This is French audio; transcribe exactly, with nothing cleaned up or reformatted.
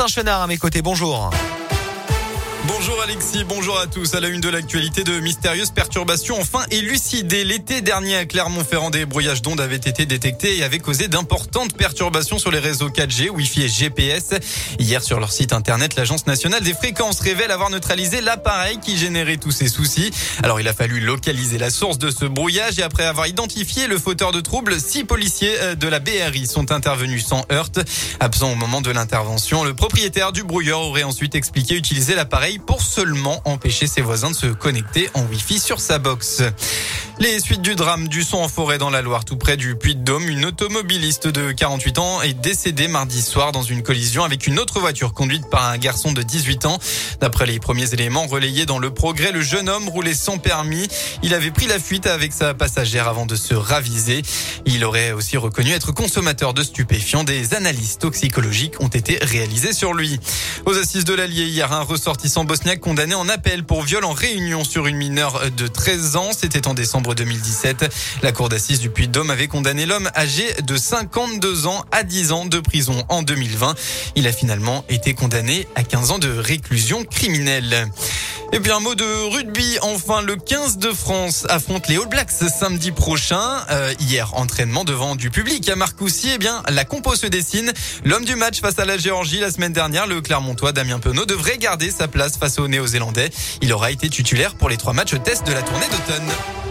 Quentin Chenard à mes côtés, bonjour. Bonjour Alexis, bonjour à tous. À la une de l'actualité, de mystérieuses perturbations enfin élucidées. L'été dernier à Clermont-Ferrand, des brouillages d'ondes avaient été détectés et avaient causé d'importantes perturbations sur les réseaux quatre G, Wi-Fi et G P S. Hier, sur leur site internet, l'Agence nationale des fréquences révèle avoir neutralisé l'appareil qui générait tous ces soucis. Alors, il a fallu localiser la source de ce brouillage et après avoir identifié le fauteur de troubles, six policiers de la B R I sont intervenus sans heurte. Absent au moment de l'intervention, le propriétaire du brouilleur aurait ensuite expliqué utiliser l'appareil pour seulement empêcher ses voisins de se connecter en Wi-Fi sur sa box. Les suites du drame du son en forêt dans la Loire, tout près du Puy-de-Dôme. Une automobiliste de quarante-huit ans est décédée mardi soir dans une collision avec une autre voiture conduite par un garçon de dix-huit ans. D'après les premiers éléments relayés dans le Progrès, le jeune homme roulait sans permis. Il avait pris la fuite avec sa passagère avant de se raviser. Il aurait aussi reconnu être consommateur de stupéfiants. Des analyses toxicologiques ont été réalisées sur lui. Aux assises de l'Allier, hier, un ressortissant bosniaque condamné en appel pour viol en réunion sur une mineure de treize ans. C'était en décembre deux mille dix-sept. La cour d'assises du Puy-de-Dôme avait condamné l'homme âgé de cinquante-deux ans à dix ans de prison en deux mille vingt. Il a finalement été condamné à quinze ans de réclusion criminelle. Et puis un mot de rugby. Enfin, le quinze de France affronte les All Blacks samedi prochain. Euh, hier, entraînement devant du public à Marcoussis. Eh bien, la compo se dessine. L'homme du match face à la Géorgie la semaine dernière, le Clermontois Damien Penaud, devrait garder sa place face aux Néo-Zélandais. Il aura été titulaire pour les trois matchs test de la tournée d'automne.